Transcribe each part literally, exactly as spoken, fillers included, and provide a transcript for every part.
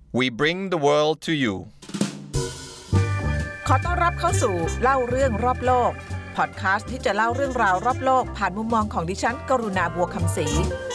We bring the world to you ขอต้อนรับเข้าสู่เล่าเรื่องรอบโลกพอดคาสต์ที่จะเล่าเรื่องราวรอบโลกผ่านมุมมองของดิฉันกรุณาบัวคำศรี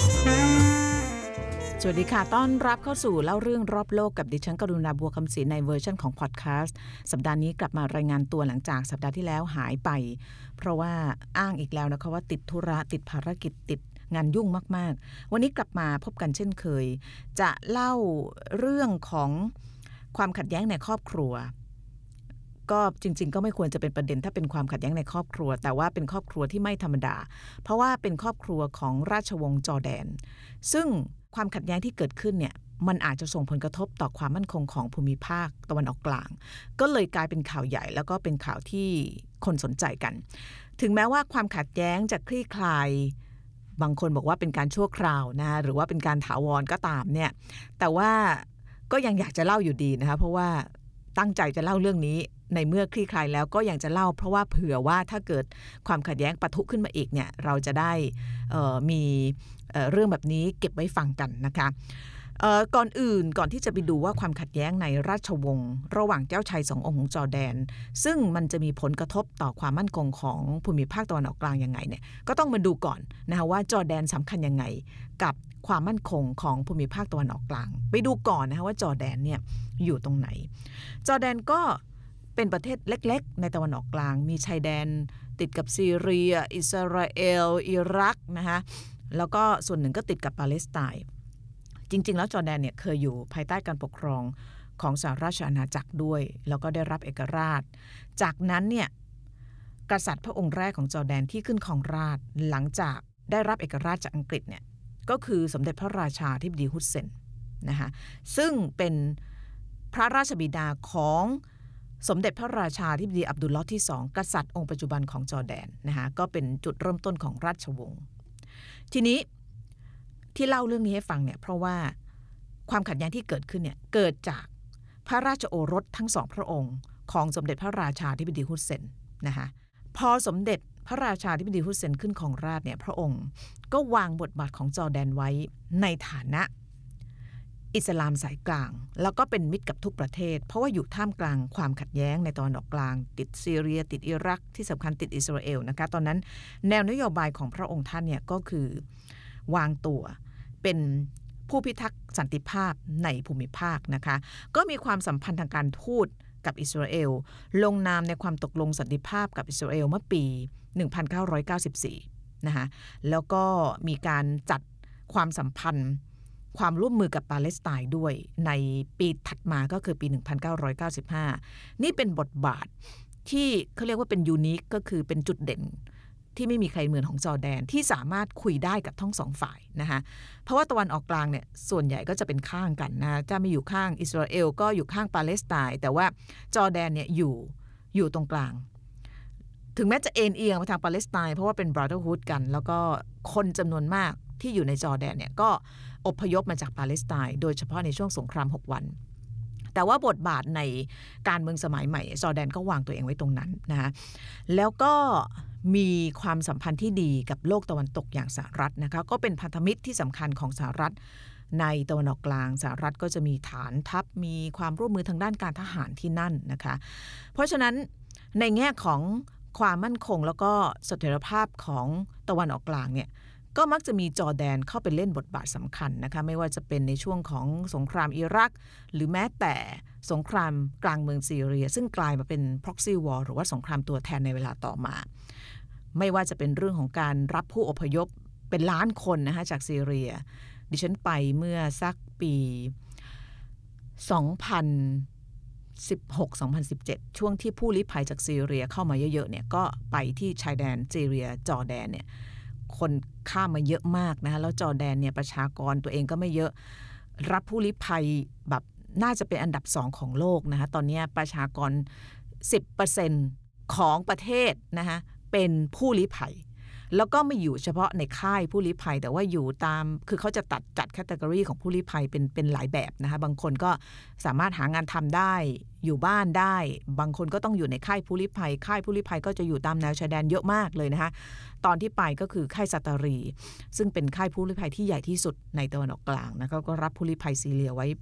สวัสดีค่ะต้อนรับเข้าสู่เล่าเรื่องรอบโลกกับดิฉันกรุณาบัวคำศรีในเวอร์ชันของพอดแคสต์สัปดาห์นี้กลับมารายงานตัวหลังจากสัปดาห์ที่แล้วหายไปเพราะว่าอ้างอีกแล้วนะคะว่าติดธุระติดภารกิจติดงานยุ่งมากๆวันนี้กลับมาพบกันเช่นเคยจะเล่าเรื่องของความขัดแย้งในครอบครัวก็จริงๆก็ไม่ควรจะเป็นประเด็นถ้าเป็นความขัดแย้งในครอบครัวแต่ว่าเป็นครอบครัวที่ไม่ธรรมดาเพราะว่าเป็นครอบครัวของราชวงศ์จอร์แดนซึ่งความขัดแย้งที่เกิดขึ้นเนี่ยมันอาจจะส่งผลกระทบต่อความมั่นคงของภูมิภาคตะวันออกกลางก็เลยกลายเป็นข่าวใหญ่แล้วก็เป็นข่าวที่คนสนใจกันถึงแม้ว่าความขัดแย้งจะคลี่คลายบางคนบอกว่าเป็นการชั่วคราวนะหรือว่าเป็นการถาวรก็ตามเนี่ยแต่ว่าก็ยังอยากจะเล่าอยู่ดีนะคะเพราะว่าตั้งใจจะเล่าเรื่องนี้ในเมื่อคลี่คลายแล้วก็ยังจะเล่าเพราะว่าเผื่อว่าถ้าเกิดความขัดแย้งปะทุขึ้นมาอีกเนี่ยเราจะได้มีเ, เรื่องแบบนี้เก็บไว้ฟังกันนะคะก่อนอื่นก่อนที่จะไปดูว่าความขัดแย้งในราชวงศ์ระหว่างเจ้าชายสององค์ของจอร์แดนซึ่งมันจะมีผลกระทบต่อความมั่นคงของภูมิภาคตะวันออกกลางยังไงเนี่ยก็ต้องมาดูก่อนนะคะว่าจอร์แดนสำคัญยังไงกับความมั่นคงของภูมิภาคตะวันออกกลางไปดูก่อนนะคะว่าจอร์แดนเนี่ยอยู่ตรงไหนจอร์แดนก็เป็นประเทศเล็กๆในตะวันออกกลางมีชายแดนติดกับซีเรียอิสราเอลอิรักนะคะแล้วก็ส่วนหนึ่งก็ติดกับปาเลสไตน์จริงๆแล้วจอร์แดนเนี่ยเคยอยู่ภายใต้การปกครองของสหราชอาณาจักรด้วยแล้วก็ได้รับเอกราชจากนั้นเนี่ยกษัตริย์พระองค์แรกของจอร์แดนที่ขึ้นครองราชย์หลังจากได้รับเอกราชจากอังกฤษเนี่ยก็คือสมเด็จพระราชาธิบดีฮุสเซนนะคะซึ่งเป็นพระราชบิดาของสมเด็จพระราชาธิบดีอับดุลลอฮ์ที่สองกษัตริย์องค์ปัจจุบันของจอร์แดนนะคะก็เป็นจุดเริ่มต้นของราชวงศ์ทีนี้ที่เล่าเรื่องนี้ให้ฟังเนี่ยเพราะว่าความขัดแย้งที่เกิดขึ้นเนี่ยเกิดจากพระราชโอรสทั้งสองพระองค์ของสมเด็จพระราชาธิบดีฮุสเซนนะคะพอสมเด็จพระราชาธิบดีฮุสเซนขึ้นครองราชย์เนี่ยพระองค์ก็วางบทบาทของจอร์แดนไว้ในฐานะอิสลามสายกลางแล้วก็เป็นมิตรกับทุกประเทศเพราะว่าอยู่ท่ามกลางความขัดแย้งในตะวันออกกลางติดซีเรียติดอิรักที่สำคัญติดอิสราเอลนะคะตอนนั้นแนวนโยบายของพระองค์ท่านเนี่ยก็คือวางตัวเป็นผู้พิทักษ์สันติภาพในภูมิภาคนะคะก็มีความสัมพันธ์ทางการทูตกับอิสราเอลลงนามในความตกลงสันติภาพกับอิสราเอลเมื่อปีหนึ่งพันเก้าร้อยเก้าสิบสี่นะคะแล้วก็มีการจัดความสัมพันธ์ความร่วมมือกับปาเลสไตน์ด้วยในปีถัดมาก็คือปีหนึ่งพันเก้าร้อยเก้าสิบห้านี่เป็นบทบาทที่เขาเรียกว่าเป็นยูนิคก็คือเป็นจุดเด่นที่ไม่มีใครเหมือนของจอร์แดนที่สามารถคุยได้กับทั้งสองฝ่ายนะคะเพราะว่าตะวันออกกลางเนี่ยส่วนใหญ่ก็จะเป็นข้างกันนะจะไม่อยู่ข้างอิสราเอลก็อยู่ข้างปาเลสไตน์แต่ว่าจอร์แดนเนี่ยอยู่อยู่ตรงกลางถึงแม้จะเอ็นเอียงมาทางปาเลสไตน์เพราะว่าเป็น Brotherhood กันแล้วก็คนจำนวนมากที่อยู่ในจอร์แดนเนี่ยก็อพยพมาจากปาเลสไตน์โดยเฉพาะในช่วงสงครามหกวันแต่ว่าบทบาทในการเมืองสมัยใหม่จอร์แดนก็วางตัวเองไว้ตรงนั้นนะคะแล้วก็มีความสัมพันธ์ที่ดีกับโลกตะวันตกอย่างสหรัฐนะคะก็เป็นพันธมิตรที่สำคัญของสหรัฐในตะวันออกกลางสหรัฐก็จะมีฐานทัพมีความร่วมมือทางด้านการทหารที่นั่นนะคะเพราะฉะนั้นในแง่ของความมั่นคงแล้วก็เสถียรภาพของตะวันออกกลางเนี่ยก็มักจะมีจอร์แดนเข้าไปเล่นบทบาทสำคัญนะคะไม่ว่าจะเป็นในช่วงของสงครามอิรักหรือแม้แต่สงครามกลางเมืองซีเรียซึ่งกลายมาเป็น proxy war หรือว่าสงครามตัวแทนในเวลาต่อมาไม่ว่าจะเป็นเรื่องของการรับผู้อพยพเป็นล้านคนนะคะจากซีเรียดิฉันไปเมื่อสักปีสองพันสิบหก สองพันสิบเจ็ดช่วงที่ผู้ลี้ภัยจากซีเรียเข้ามาเยอะๆเนี่ยก็ไปที่ชายแดนซีเรียจอร์แดนเนี่ยคนข้ามมาเยอะมากนะคะแล้วจอร์แดนเนี่ยประชากรตัวเองก็ไม่เยอะรับผู้ลี้ภัยแบบน่าจะเป็นอันดับสองของโลกนะคะตอนนี้ประชากร สิบเปอร์เซ็นต์ ของประเทศนะคะเป็นผู้ลี้ภัยแล้วก็ไม่อยู่เฉพาะในค่ายผู้ลี้ภัยแต่ว่าอยู่ตามคือเขาจะตัดจัดแคตตากรีของผู้ลี้ภัยเป็นเป็นหลายแบบนะคะบางคนก็สามารถหางานทำได้อยู่บ้านได้บางคนก็ต้องอยู่ในค่ายผู้ลี้ภัยค่ายผู้ลี้ภัยก็จะอยู่ตามแนวชายแดนเยอะมากเลยนะคะตอนที่ไปก็คือค่ายซาตารีซึ่งเป็นค่ายผู้ลี้ภัยที่ใหญ่ที่สุดในตะวันออกกลางนะคะก็รับผู้ลี้ภัยซีเรียไว้แบบ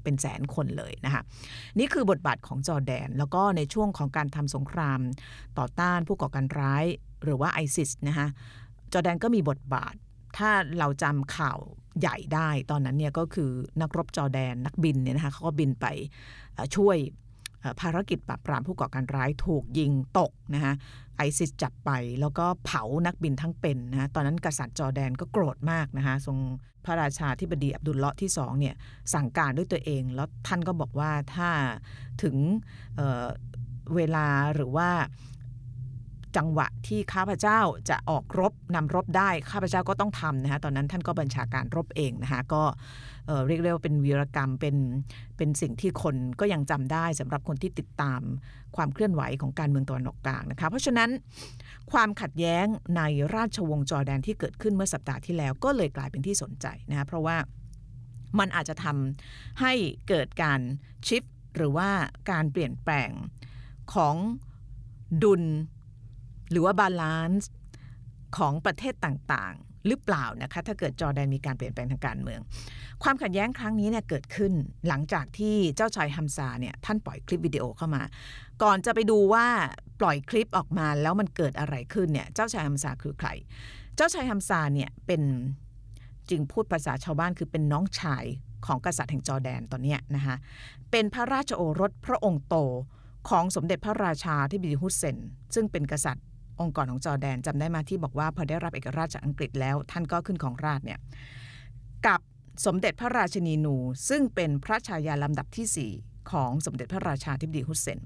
เป็นแสนคนเลยนะคะนี่คือบทบาทของจอร์แดนแล้วก็ในช่วงของการทำสงครามต่อต้านผู้ก่อการร้ายหรือว่าไอซิสนะคะจอร์แดนก็มีบทบาทถ้าเราจำข่าวใหญ่ได้ตอนนั้นเนี่ยก็คือนักรบจอร์แดนนักบินเนี่ยนะคะเขาก็บินไปช่วยภารกิจปราบปรามผู้ก่อการร้ายถูกยิงตกนะคะไอซิสจับไปแล้วก็เผานักบินทั้งเป็นนะตอนนั้นกษัตริย์จอร์แดนก็โกรธมากนะคะทรงพระราชาธิบดีอับดุลเลาะห์ที่สองเนี่ยสั่งการด้วยตัวเองแล้วท่านก็บอกว่าถ้าถึง เอ่อ เวลาหรือว่าจังหวะที่ข้าพเจ้าจะออกรบนำรบได้ข้าพเจ้าก็ต้องทำนะคะตอนนั้นท่านก็บัญชาการรบเองนะคะก็เอ่อเรียกได้ว่าเป็นวีรกรรมเป็นเป็นสิ่งที่คนก็ยังจำได้สำหรับคนที่ติดตามความเคลื่อนไหวของการเมืองตะวันออกกลางนะคะเพราะฉะนั้นความขัดแย้งในราชวงศ์จอร์แดนที่เกิดขึ้นเมื่อสัปดาห์ที่แล้วก็เลยกลายเป็นที่สนใจนะคะเพราะว่ามันอาจจะทำให้เกิดการชิฟหรือว่าการเปลี่ยนแปลงของดุลหรือว่าบาลานซ์ของประเทศต่างๆหรือเปล่านะคะถ้าเกิดจอร์แดนมีการเปลี่ยนแปลงทางการเมืองความขัดแย้งครั้งนี้เนี่ยเกิดขึ้นหลังจากที่เจ้าชายฮัมซาเนี่ยท่านปล่อยคลิปวิดีโอเข้ามาก่อนจะไปดูว่าปล่อยคลิปออกมาแล้วมันเกิดอะไรขึ้นเนี่ยเจ้าชายฮัมซาคือใครเจ้าชายฮัมซาเนี่ยเป็นจริงพูดภาษาชาวบ้านคือเป็นน้องชายของกษัตริย์แห่งจอร์แดนตอนนี้นะคะเป็นพระราชโอรสพระองค์โตของสมเด็จพระราชาธิบดีฮุสเซนซึ่งเป็นกษัตริย์องค์กรของจอร์แดนจำได้มาที่บอกว่าพอได้รับเอกราชจากอังกฤษแล้วท่านก็ขึ้นครองราชย์เนี่ยกับสมเด็จพระราชินีนูซึ่งเป็นพระชายาลำดับที่สี่ของสมเด็จพระราชาธิบดีฮุสเซน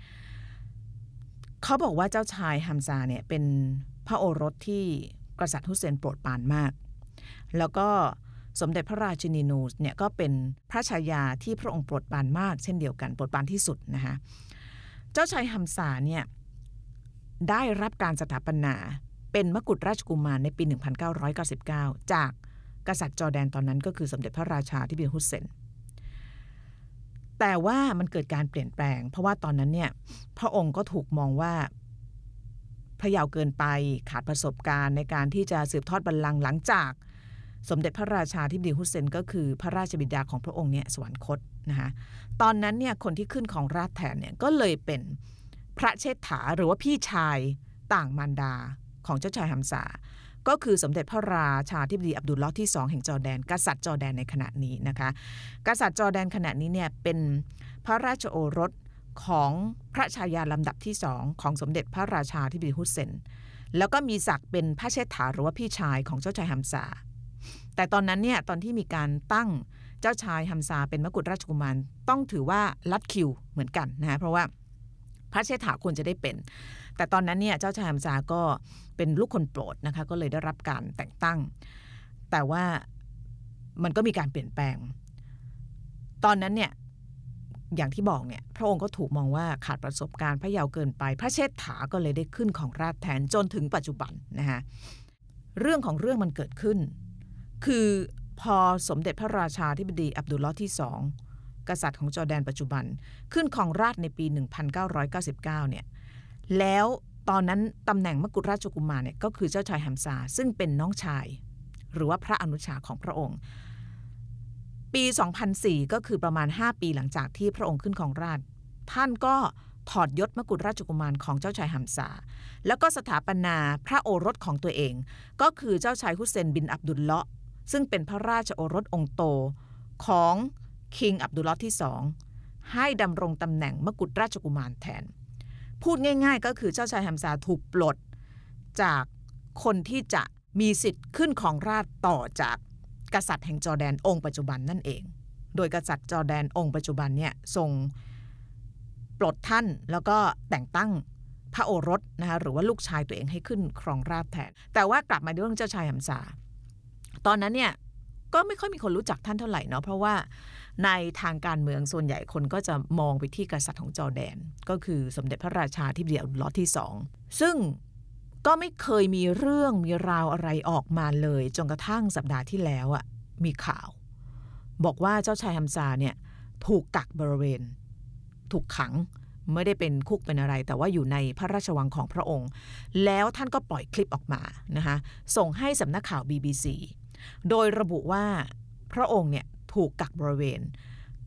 เขาบอกว่าเจ้าชายฮัมซาเนี่ยเป็นพระโอรสที่กษัตริย์ฮุสเซนโปรดปรานมากแล้วก็สมเด็จพระราชินีนูเนี่ยก็เป็นพระชายาที่พระองค์โปรดปรานมากเช่นเดียวกันโปรดปรานที่สุดนะคะเจ้าชายฮัมซาเนี่ยได้รับการสถาปนาเป็นมกุฎราชกุมารในปีหนึ่งพันเก้าร้อยเก้าสิบเก้าจากกษัตริย์จอร์แดนตอนนั้นก็คือสมเด็จพระราชาธิบดีฮุสเซนแต่ว่ามันเกิดการเปลี่ยนแปลงเพราะว่าตอนนั้นเนี่ยพระองค์ก็ถูกมองว่าพระเยาว์เกินไปขาดประสบการณ์ในการที่จะสืบทอดบัลลังก์หลังจากสมเด็จพระราชาธิบดีฮุสเซนก็คือพระราชบิดาของพระองค์เนี่ยสวรรคตนะคะตอนนั้นเนี่ยคนที่ขึ้นของราชย์แทนเนี่ยก็เลยเป็นพระเชษฐาหรือว่าพี่ชายต่างมารดาของเจ้าชายฮัมซาก็คือสมเด็จพระราชาธิบดีอับดุลเลาะห์ที่สองแห่งจอร์แดนกษัตริย์จอร์แดนในขณะนี้นะคะกษัตริย์จอร์แดนขณะนี้เนี่ยเป็นพระราชโอรสของพระชายาลำดับที่สองของสมเด็จพระราชาธิบดีฮุสเซนแล้วก็มีศักดิ์เป็นพระเชษฐาหรือว่าพี่ชายของเจ้าชายฮัมซาแต่ตอนนั้นเนี่ยตอนที่มีการตั้งเจ้าชายฮัมซาเป็นมกุฎราชกุมารต้องถือว่าลัดคิวเหมือนกันนะเพราะว่าพระเชษฐาควรจะได้เป็นแต่ตอนนั้นเนี่ยเจ้าชายฮัมซาก็เป็นลูกคนโปรดนะคะก็เลยได้รับการแต่งตั้งแต่ว่ามันก็มีการเปลี่ยนแปลงตอนนั้นเนี่ยอย่างที่บอกเนี่ยพระองค์ก็ถูกมองว่าขาดประสบการณ์พระเยาว์เกินไปพระเชษฐาก็เลยได้ขึ้นของราชย์แทนจนถึงปัจจุบันนะคะเรื่องของเรื่องมันเกิดขึ้นคือพอสมเด็จพระราชาธิบดีอับดุลเลาะห์ที่สองกษัตริย์ของจอร์แดนปัจจุบันขึ้นครองราชย์ในปีหนึ่งพันเก้าร้อยเก้าสิบเก้าเนี่ยแล้วตอนนั้นตำแหน่งมกุฎราชกุมารเนี่ยก็คือเจ้าชายฮัมซาซึ่งเป็นน้องชายหรือว่าพระอนุชาของพระองค์ปีสองพันสี่ก็คือประมาณห้าปีหลังจากที่พระองค์ขึ้นครองราชย์ท่านก็ถอดยศมกุฎราชกุมารของเจ้าชายฮัมซาแล้วก็สถาปนาพระโอรสของตัวเองก็คือเจ้าชายฮุสเซนบินอับดุลเลาะห์ซึ่งเป็นพระราชโอรสองค์โตของคิงอับดุลเลาะห์ที่สองให้ดำรงตำแหน่งมกุฎราชกุมารแทนพูดง่ายๆก็คือเจ้าชายฮัมซาถูกปลดจากคนที่จะมีสิทธิ์ขึ้นครองราชย์ต่อจากกษัตริย์แห่งจอร์แดนองค์ปัจจุบันนั่นเองโดยกษัตริย์จอร์แดนองค์ปัจจุบันเนี่ยทรงปลดท่านแล้วก็แต่งตั้งพระโอรสนะคะหรือว่าลูกชายตัวเองให้ขึ้นครองราชย์แทนแต่ว่ากลับมาเรื่องเจ้าชายฮัมซาตอนนั้นเนี่ยก็ไม่ค่อยมีคนรู้จักท่านเท่าไหร่เนาะเพราะว่าในทางการเมืองส่วนใหญ่คนก็จะมองไปที่กษัตริย์ของจอร์แดนก็คือสมเด็จพระราชาธิบดีอับดุลเลาะห์ที่สองซึ่งก็ไม่เคยมีเรื่องมีราวอะไรออกมาเลยจนกระทั่งสัปดาห์ที่แล้วอ่ะมีข่าวบอกว่าเจ้าชายฮัมซาเนี่ยถูกกักบริเวณถูกขังไม่ได้เป็นคุกเป็นอะไรแต่ว่าอยู่ในพระราชวังของพระองค์แล้วท่านก็ปล่อยคลิปออกมานะคะส่งให้สำนักข่าว บี บี ซี โดยระบุว่าพระองค์เนี่ยถูกกักบริเวณ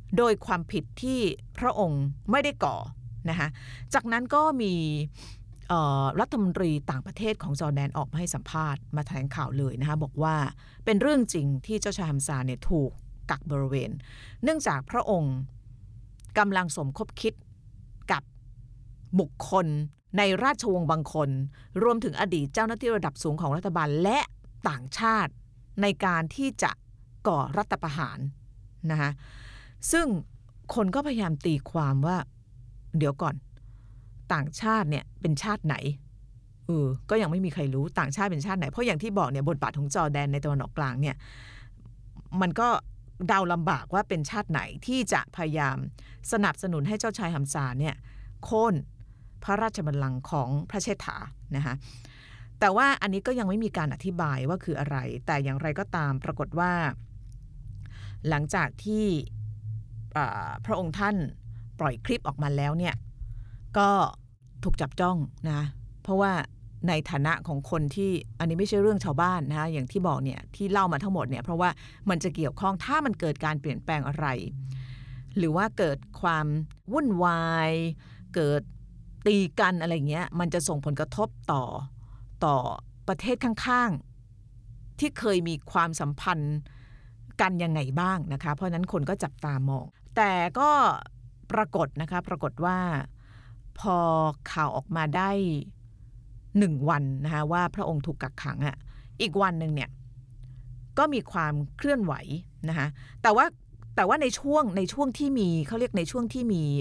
โดยความผิดที่พระองค์ไม่ได้ก่อนะคะจากนั้นก็มีรัฐมนตรีต่างประเทศของจอร์แดนออกมาให้สัมภาษณ์มาแถลงข่าวเลยนะคะบอกว่าเป็นเรื่องจริงที่เจ้าชายฮัมซาเนี่ยถูกกักบริเวณเนื่องจากพระองค์กำลังสมคบคิดกับบุคคลในราชวงศ์บางคนรวมถึงอดีตเจ้าหน้าที่ระดับสูงของรัฐบาลและต่างชาติในการที่จะก่อรัฐประหารนะคะซึ่งคนก็พยายามตีความว่าเดี๋ยวก่อนต่างชาติเนี่ยเป็นชาติไหนเออก็ยังไม่มีใครรู้ต่างชาติเป็นชาติไหนเพราะอย่างที่บอกเนี่ยบทบาทของจอร์แดนในตะวันออกกลางเนี่ยมันก็เดาลำบากว่าเป็นชาติไหนที่จะพยายามสนับสนุนให้เจ้าชายฮัมซาเนี่ยโค่นพระราชบัลลังก์ของพระเชษฐานะคะแต่ว่าอันนี้ก็ยังไม่มีการอธิบายว่าคืออะไรแต่อย่างไรก็ตามปรากฏว่าหลังจากที่พระองค์ท่านปล่อยคลิปออกมาแล้วเนี่ยก็ถูกจับจ้องนะเพราะว่าในฐานะของคนที่อันนี้ไม่ใช่เรื่องชาวบ้านนะคะอย่างที่บอกเนี่ยที่เล่ามาทั้งหมดเนี่ยเพราะว่ามันจะเกี่ยวข้องถ้ามันเกิดการเปลี่ยนแปลงอะไรหรือว่าเกิดความวุ่นวายเกิดตีกันอะไรเงี้ยมันจะส่งผลกระทบต่อต่อประเทศข้างๆที่เคยมีความสัมพันธ์กันยังไงบ้างนะคะเพราะนั้นคนก็จับตามองแต่ก็ปรากฏนะคะปรากฏว่าพอข่าวออกมาได้หนึ่งวันนะคะว่าพระองค์ถูกกักขังอ่ะอีกวันนึงเนี่ยก็มีความเคลื่อนไหวนะคะแต่ว่าแต่ว่าในช่วงในช่วงที่มีเขาเรียกในช่วงที่มี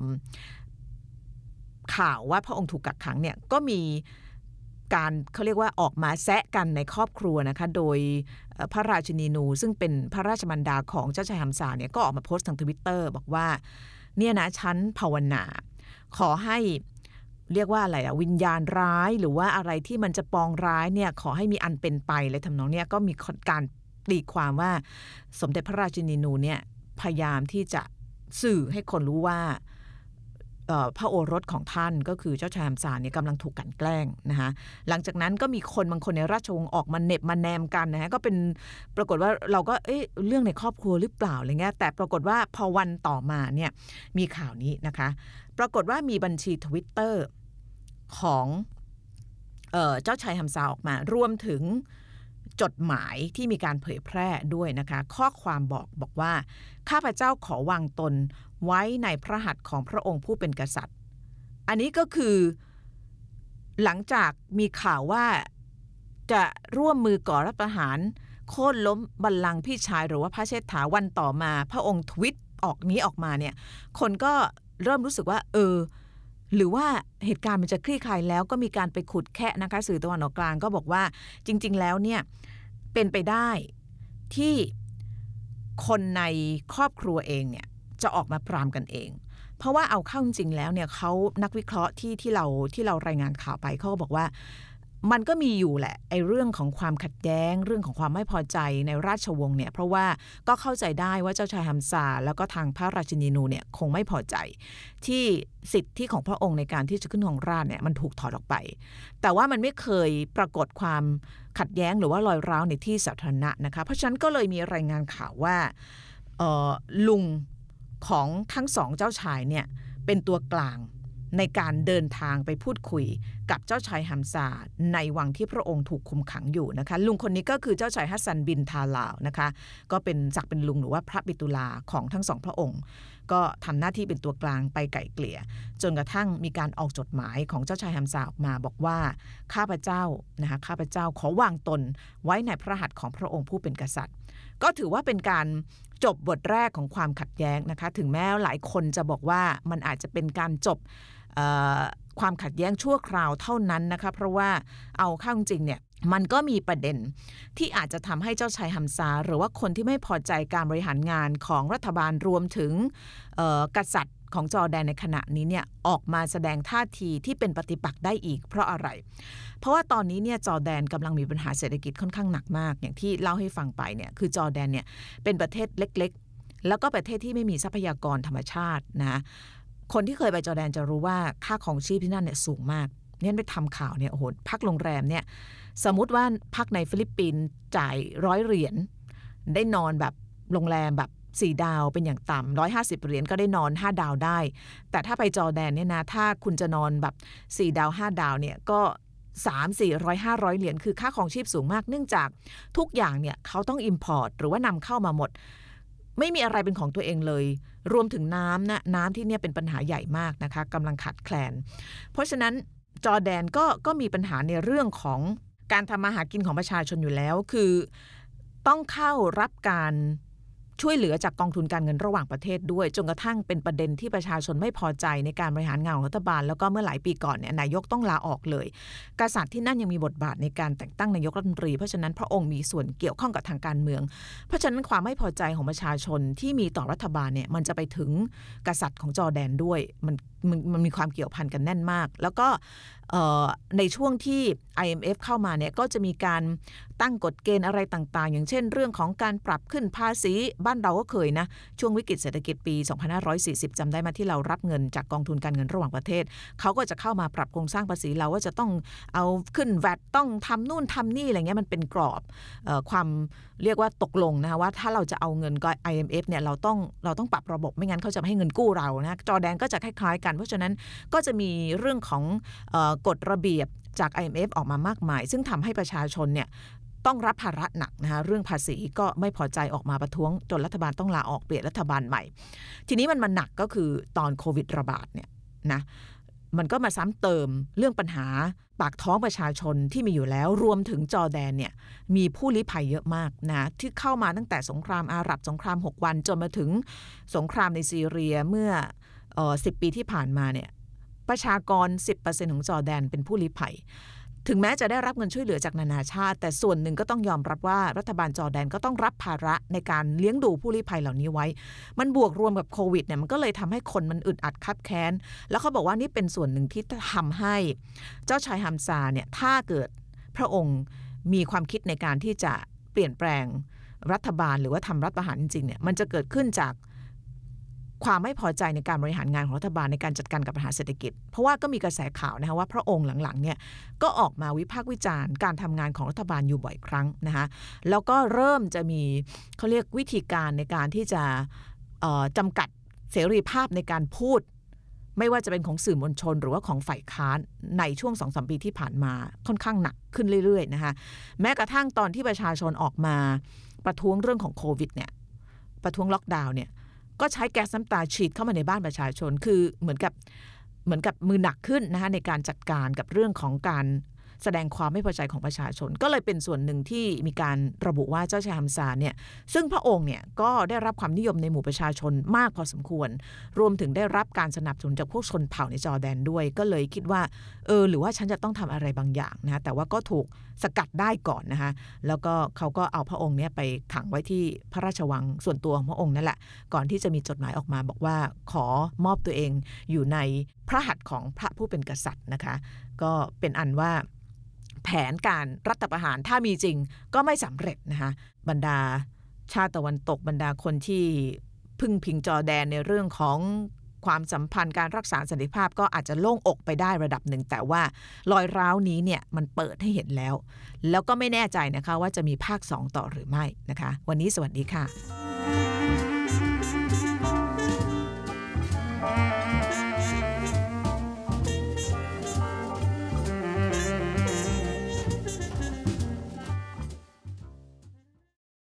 ข่าวว่าพระองค์ถูกกักขังเนี่ยก็มีการเขาเรียกว่าออกมาแซะกันในครอบครัวนะคะโดยพระราชินีนูซึ่งเป็นพระราชมารดาของเจ้าชายฮัมซาเนี่ยก็ออกมาโพสต์ทาง Twitter บอกว่าเนี่ยนะฉันภาวนาขอให้เรียกว่าอะไรอะวิญญาณร้ายหรือว่าอะไรที่มันจะปองร้ายเนี่ยขอให้มีอันเป็นไปเลยทำนองเนี้ยก็มีการตีความว่าสมเด็จพระราชินีนูเนี่ยพยายามที่จะสื่อให้คนรู้ว่าพระโอรสของท่านก็คือเจ้าชายฮัมซาเนี่ยกำลังถูกกลั่นแกล้งนะคะหลังจากนั้นก็มีคนบางคนในราชวงศ์ออกมาเน็บมาแนมกันนะฮะก็เป็นปรากฏว่าเราก็เอ๊ะเรื่องในครอบครัวหรือเปล่าอะไรเงี้ยแต่ปรากฏว่าพอวันต่อมาเนี่ยมีข่าวนี้นะคะปรากฏว่ามีบัญชี Twitter ของเอ่อเจ้าชายฮัมซาออกมารวมถึงจดหมายที่มีการเผยแพร่ด้วยนะคะข้อความบอกบอกว่าข้าพเจ้าขอวางตนไว้ในพระหัตถ์ของพระองค์ผู้เป็นกษัตริย์อันนี้ก็คือหลังจากมีข่าวว่าจะร่วมมือก่อรัฐประหารโค่นล้มบัลลังก์พี่ชายหรือว่าพระเชษฐาวันต่อมาพระองค์ทวิตออกนี้ออกมาเนี่ยคนก็เริ่มรู้สึกว่าเออหรือว่าเหตุการณ์มันจะคลี่คลายแล้วก็มีการไปขุดแคะนะคะสื่อตะวันออกกลางก็บอกว่าจริงๆแล้วเนี่ยเป็นไปได้ที่คนในครอบครัวเองเนี่ยจะออกมาปรามกันเองเพราะว่าเอาเข้าจริงๆแล้วเนี่ยเขานักวิเคราะห์ที่ที่เราที่เรารายงานข่าวไปเขาก็บอกว่ามันก็มีอยู่แหละไอ้เรื่องของความขัดแย้งเรื่องของความไม่พอใจในราชวงศ์เนี่ยเพราะว่าก็เข้าใจได้ว่าเจ้าชายฮัมซาแล้วก็ทางพระราชินีนูเนี่ยคงไม่พอใจที่สิทธิของพระองค์ในการที่จะขึ้นครองราชย์เนี่ยมันถูกถอดออกไปแต่ว่ามันไม่เคยปรากฏความขัดแย้งหรือว่ารอยร้าวในที่สาธารณะนะคะเพราะฉะนั้นก็เลยมีรายงานข่าวว่าลุงของทั้งสองเจ้าชายเนี่ยเป็นตัวกลางในการเดินทางไปพูดคุยกับเจ้าชายฮัมซาในวังที่พระองค์ถูกคุมขังอยู่นะคะลุงคนนี้ก็คือเจ้าชายฮัสซันบินทาลาวนะคะก็เป็นศักดิ์เป็นลุงหรือว่าพระบิตุลาของทั้งสองพระองค์ก็ทำหน้าที่เป็นตัวกลางไปไกล่เกลี่ยจนกระทั่งมีการออกจดหมายของเจ้าชายฮัมซาออกมาบอกว่าข้าพเจ้านะคะข้าพเจ้าขอวางตนไว้ในพระหัตถ์ของพระองค์ผู้เป็นกษัตริย์ก็ถือว่าเป็นการจบบทแรกของความขัดแย้งนะคะถึงแม้หลายคนจะบอกว่ามันอาจจะเป็นการจบความขัดแย้งชั่วคราวเท่านั้นนะคะเพราะว่าเอาเข้าจริงเนี่ยมันก็มีประเด็นที่อาจจะทำให้เจ้าชายฮัมซาหรือว่าคนที่ไม่พอใจการบริหารงานของรัฐบาลรวมถึงกษัตริย์ของจอร์แดนในขณะนี้เนี่ยออกมาแสดงท่าทีที่เป็นปฏิปักษ์ได้อีกเพราะอะไรเพราะว่าตอนนี้เนี่ยจอร์แดนกำลังมีปัญหาเศรษฐกิจค่อนข้างหนักมากอย่างที่เล่าให้ฟังไปเนี่ยคือจอร์แดนเนี่ยเป็นประเทศเล็กๆแล้วก็ประเทศที่ไม่มีทรัพยากรธรรมชาตินะคนที่เคยไปจอร์แดนจะรู้ว่าค่าของชีพที่นั่นเนี่ยสูงมากเนี่ยไปทำข่าวเนี่ยโอ้โหพักโรงแรมเนี่ยสมมุติว่าพักในฟิลิปปินส์จ่ายร้อยเหรียญได้นอนแบบโรงแรมแบบสี่ดาวเป็นอย่างต่ำหนึ่งร้อยห้าสิบเหรียญก็ได้นอนห้าดาวได้แต่ถ้าไปจอร์แดนเนี่ยนะถ้าคุณจะนอนแบบสี่ดาวห้าดาวเนี่ยก็สาม สี่ร้อย ห้าร้อยเหรียญคือค่าครองชีพสูงมากเนื่องจากทุกอย่างเนี่ยเขาต้อง import หรือว่านำเข้ามาหมดไม่มีอะไรเป็นของตัวเองเลยรวมถึงน้ำนะน้ำที่เนี่ยเป็นปัญหาใหญ่มากนะคะกำลังขาดแคลนเพราะฉะนั้นจอร์แดนก็ก็มีปัญหาในเรื่องของการทำมาหากินของประชาชนอยู่แล้วคือต้องเข้ารับการช่วยเหลือจากกองทุนการเงินระหว่างประเทศด้วยจนกระทั่งเป็นประเด็นที่ประชาชนไม่พอใจในการบริหารงานของรัฐบาลแล้วก็เมื่อหลายปีก่อนเนี่ยนายกต้องลาออกเลยกษัตริย์ที่นั่นยังมีบทบาทในการแต่งตั้งนายกรัฐมนตรีเพราะฉะนั้นพระองค์มีส่วนเกี่ยวข้องกับทางการเมืองเพราะฉะนั้นความไม่พอใจของประชาชนที่มีต่อรัฐบาลเนี่ยมันจะไปถึงกษัตริย์ของจอร์แดนด้วยมันมันมันมีความเกี่ยวพันกันแน่นมากแล้วก็ในช่วงที่ ไอ เอ็ม เอฟ เข้ามาเนี่ยก็จะมีการตั้งกฎเกณฑ์อะไรต่างๆอย่างเช่นเรื่องของการปรับขึ้นภาษีบ้านเราก็เคยนะช่วงวิกฤตเศรษฐกิจปีสองพันห้าร้อยสี่สิบจำได้ไหมที่เรารับเงินจากกองทุนการเงินระหว่างประเทศเขาก็จะเข้ามาปรับโครงสร้างภาษีเราว่าจะต้องเอาขึ้น แวต ต้องทำนู่นทำนี่อะไรเงี้ยมันเป็นกรอบเอ่อความเรียกว่าตกลงนะคะว่าถ้าเราจะเอาเงินก็ ไอ เอ็ม เอฟ เนี่ยเราต้องเราต้องปรับระบบไม่งั้นเขาจะไม่ให้เงินกู้เรานะจอร์แดนก็จะคล้ายๆกันเพราะฉะนั้นก็จะมีเรื่องของเอ่อกฎระเบียบจาก ไอ เอ็ม เอฟ ออกมามากมายซึ่งทำให้ประชาชนเนี่ยต้องรับภาระหนักนะคะเรื่องภาษีก็ไม่พอใจออกมาประท้วงจนรัฐบาลต้องลาออกเปลี่ยนรัฐบาลใหม่ทีนี้มันมาหนักก็คือตอนโควิดระบาดเนี่ยนะมันก็มาซ้ำเติมเรื่องปัญหาปากท้องประชาชนที่มีอยู่แล้วรวมถึงจอร์แดนเนี่ยมีผู้ลี้ภัยเยอะมากนะที่เข้ามาตั้งแต่สงครามอาหรับสงครามหกวันจนมาถึงสงครามในซีเรียเมื่อเอ่อสิบปีที่ผ่านมาเนี่ยประชากร สิบเปอร์เซ็นต์ ของจอร์แดนเป็นผู้ลี้ภัยถึงแม้จะได้รับเงินช่วยเหลือจากนานาชาติแต่ส่วนหนึ่งก็ต้องยอมรับว่ารัฐบาลจอร์แดนก็ต้องรับภาระในการเลี้ยงดูผู้ลี้ภัยเหล่านี้ไว้มันบวกรวมกับโควิดเนี่ยมันก็เลยทำให้คนมันอึดอัดคับแค้นแล้วเขาบอกว่านี่เป็นส่วนหนึ่งที่ทำให้เจ้าชายฮัมซาเนี่ยถ้าเกิดพระองค์มีความคิดในการที่จะเปลี่ยนแปลงรัฐบาลหรือว่าทำรัฐประหารจริงๆเนี่ยมันจะเกิดขึ้นจากความไม่พอใจในการบริหารงานของรัฐบาลในการจัดการกับปัญหาเศรษฐกิจเพราะว่าก็มีกระแสข่าวนะคะว่าพระองค์หลังๆเนี่ยก็ออกมาวิพากษ์วิจารณ์การทำงานของรัฐบาลอยู่บ่อยครั้งนะคะแล้วก็เริ่มจะมีเขาเรียกวิธีการในการที่จะจำกัดเสรีภาพในการพูดไม่ว่าจะเป็นของสื่อมวลชนหรือว่าของฝ่ายค้านในช่วง สองถึงสาม ปีที่ผ่านมาค่อนข้างหนักขึ้นเรื่อยๆนะคะแม้กระทั่งตอนที่ประชาชนออกมาประท้วงเรื่องของโควิดเนี่ยประท้วงล็อกดาวน์เนี่ยก็ใช้แก๊สน้ำตาฉีดเข้ามาในบ้านประชาชนคือเหมือนกับเหมือนกับมือหนักขึ้นนะคะในการจัดการกับเรื่องของการแสดงความไม่พอใจของประชาชนก็เลยเป็นส่วนหนึ่งที่มีการระบุว่าเจ้าชายฮัมซาเนี่ยซึ่งพระองค์เนี่ยก็ได้รับความนิยมในหมู่ประชาชนมากพอสมควรรวมถึงได้รับการสนับสนุนจากพวกชนเผ่าในจอร์แดนด้วยก็เลยคิดว่าเออหรือว่าฉันจะต้องทำอะไรบางอย่างนะแต่ว่าก็ถูกสกัดได้ก่อนนะคะแล้วก็เขาก็เอาพระองค์เนี่ยไปขังไว้ที่พระราชวังส่วนตัวของพระองค์นั่นแหละก่อนที่จะมีจดหมายออกมาบอกว่าขอมอบตัวเองอยู่ในพระหัตถ์ของพระผู้เป็นกษัตริย์นะคะก็เป็นอันว่าแผนการรัฐประหารถ้ามีจริงก็ไม่สำเร็จนะคะบรรดาชาติตะวันตกบรรดาคนที่พึ่งพิงจอร์แดนในเรื่องของความสัมพันธ์การรักษาสันติภาพก็อาจจะโล่งอกไปได้ระดับหนึ่งแต่ว่ารอยร้าวนี้เนี่ยมันเปิดให้เห็นแล้วแล้วก็ไม่แน่ใจนะคะว่าจะมีภาคสองต่อหรือไม่นะคะวันนี้สวัสดีค่ะ